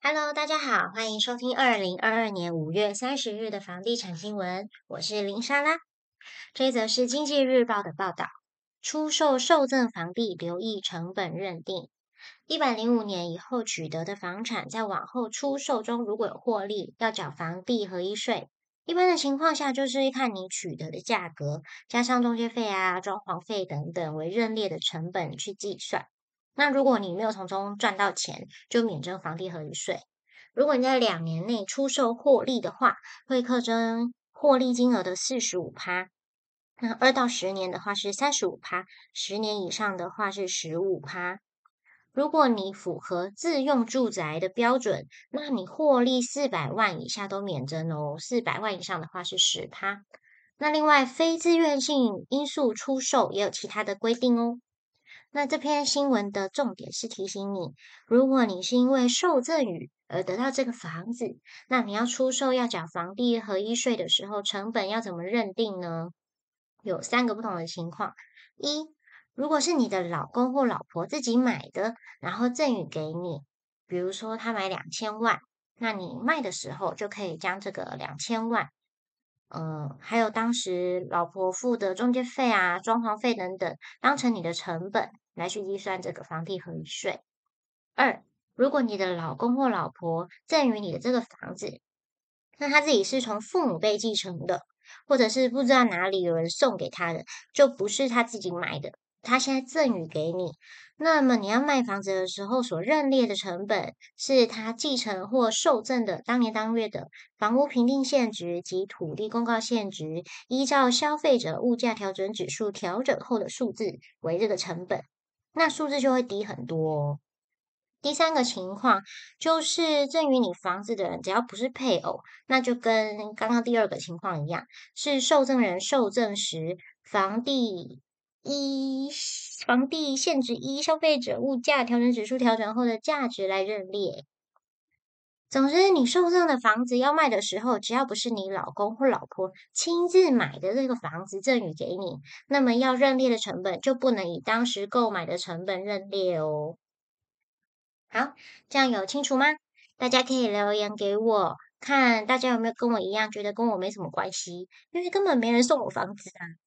Hello，大家好，欢迎收听2022年5月30日的房地产新闻，我是林莎拉。这则是经济日报的报道，出售受赠房地留意成本认定。105年以后取得的房产，在往后出售中如果有获利，要缴房地合一税。一般的情况下，就是看你取得的价格，加上中介费啊、装潢费等等为认列的成本去计算。那如果你没有从中赚到钱，就免征房地合一税。如果你在2年内出售获利的话，会课征获利金额的45%。那2到10年的话是35%，10年以上的话是15%。如果你符合自用住宅的标准，那你获利400万以下都免征哦，400万以上的话是10%。那另外非自愿性因素出售也有其他的规定哦。那这篇新闻的重点是提醒你，如果你是因为受赠与而得到这个房子，那你要出售要缴房地合一税的时候，成本要怎么认定呢？有3个不同的情况。一，如果是你的老公或老婆自己买的，然后赠与给你，比如说他买2000万，那你卖的时候就可以将这个2000万还有当时老婆付的中介费啊、装潢费等等，当成你的成本来去计算这个房地合一税。二，如果你的老公或老婆赠与你的这个房子，那他自己是从父母辈继承的，或者是不知道哪里有人送给他的，就不是他自己买的，他现在赠与给你，那么你要卖房子的时候所认列的成本，是他继承或受赠的当年当月的房屋评定现值及土地公告现值，依照消费者物价调整指数调整后的数字为这个成本，那数字就会低很多哦。第3个情况就是赠与你房子的人，只要不是配偶，那就跟刚刚第2个情况一样，是受赠人受赠时房地现值依消费者物价调整指数调整后的价值来认列。总之，你受赠的房子要卖的时候，只要不是你老公或老婆亲自买的这个房子赠与给你，那么要认列的成本就不能以当时购买的成本认列哦。好，这样有清楚吗？大家可以留言给我，看大家有没有跟我一样觉得跟我没什么关系，因为根本没人送我房子啊。